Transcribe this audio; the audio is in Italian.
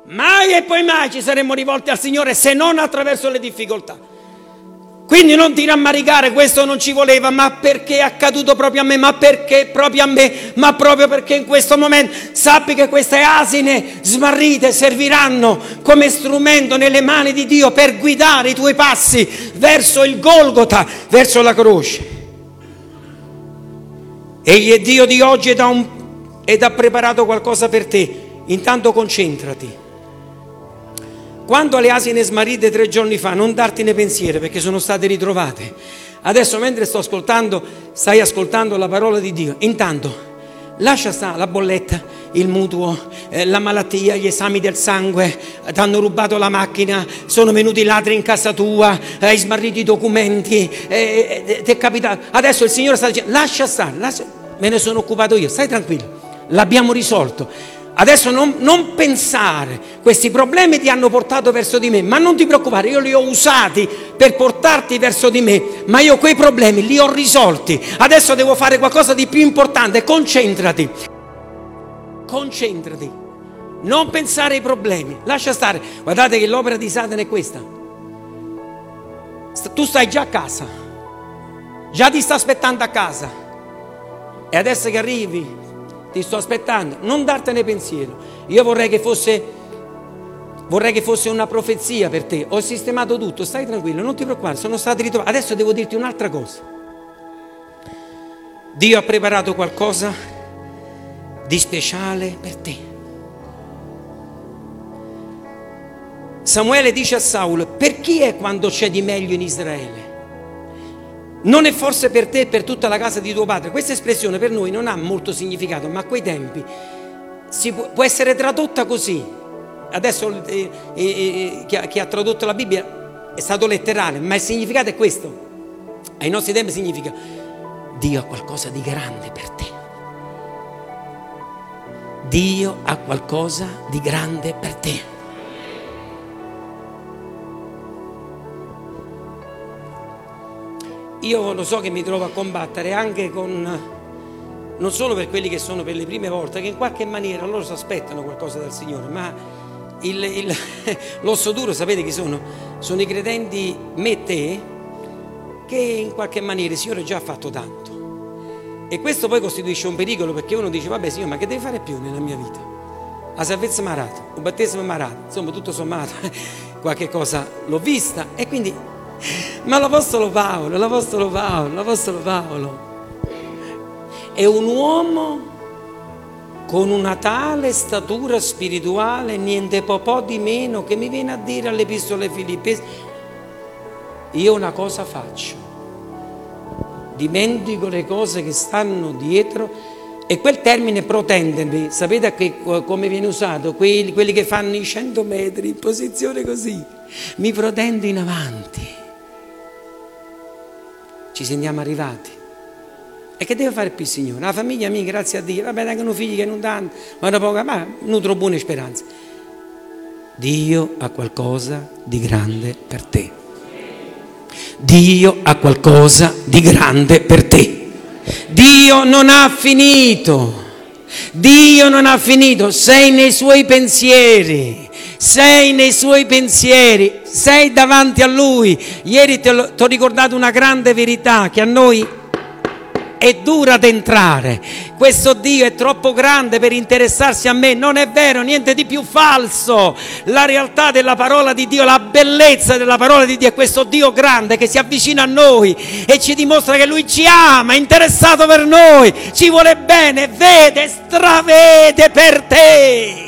Mai e poi mai ci saremmo rivolti al Signore se non attraverso le difficoltà. Quindi non ti rammaricare, questo non ci voleva, ma perché è accaduto proprio a me, ma perché proprio a me, ma proprio perché in questo momento sappi che queste asine smarrite serviranno come strumento nelle mani di Dio per guidare i tuoi passi verso il Golgota, verso la croce. Egli è Dio di oggi ed ha preparato qualcosa per te. Intanto concentrati. Quando alle asine smarrite 3 giorni fa, non dartene pensiero perché sono state ritrovate. Adesso mentre stai ascoltando la parola di Dio. Intanto lascia stare la bolletta, il mutuo, la malattia, gli esami del sangue, ti hanno rubato la macchina, sono venuti i ladri in casa tua, hai smarrito i documenti, ti è capitato. Adesso il Signore sta dicendo lascia stare, me ne sono occupato io, stai tranquillo, l'abbiamo risolto. Adesso non pensare, questi problemi ti hanno portato verso di me, ma non ti preoccupare, io li ho usati per portarti verso di me, ma io quei problemi li ho risolti. Adesso devo fare qualcosa di più importante, concentrati, non pensare ai problemi, lascia stare. Guardate che l'opera di Satana è questa: tu stai già a casa, già ti sta aspettando a casa, e adesso che arrivi ti sto aspettando, non dartene pensiero. Io vorrei che fosse una profezia per te. Ho sistemato tutto, stai tranquillo, non ti preoccupare, sono stati ritrovati. Adesso devo dirti un'altra cosa. Dio ha preparato qualcosa di speciale per te. Samuele dice a Saulo: per chi è quando c'è di meglio in Israele? Non è forse per te e per tutta la casa di tuo padre? Questa espressione per noi non ha molto significato, ma a quei tempi può essere tradotta così. Adesso chi ha tradotto la Bibbia è stato letterale, ma il significato è questo. Ai nostri tempi significa: Dio ha qualcosa di grande per te. Dio ha qualcosa di grande per te. Io lo so che mi trovo a combattere anche non solo per quelli che sono per le prime volte, che in qualche maniera loro si aspettano qualcosa dal Signore, ma l'osso duro sapete chi sono? Sono i credenti me e te, che in qualche maniera il Signore già ha fatto tanto. E questo poi costituisce un pericolo, perché uno dice: vabbè Signore, ma che devi fare più nella mia vita? La salvezza marata, un battesimo marata, insomma tutto sommato qualche cosa l'ho vista. E quindi, ma l'Apostolo Paolo è un uomo con una tale statura spirituale, niente po' di meno, che mi viene a dire all'Epistola ai Filippesi: io una cosa faccio, dimentico le cose che stanno dietro. E quel termine protendermi, sapete come viene usato? Quelli che fanno i 100 metri in posizione così, mi protendo in avanti. Ci sentiamo arrivati. E che deve fare più il Signore? La famiglia mia, grazie a Dio, vabbè, tengono figli che non danno, ma da poco, ma nutro buone speranze. Dio ha qualcosa di grande per te. Dio ha qualcosa di grande per te. Dio non ha finito. Dio non ha finito. Sei nei suoi pensieri. Sei nei suoi pensieri, sei davanti a Lui. Ieri ti ho ricordato una grande verità che a noi è dura da entrare. Questo Dio è troppo grande per interessarsi a me. Non è vero, niente di più falso. La realtà della parola di Dio, la bellezza della parola di Dio è questo Dio grande che si avvicina a noi e ci dimostra che Lui ci ama, è interessato per noi, ci vuole bene, vede, stravede per te.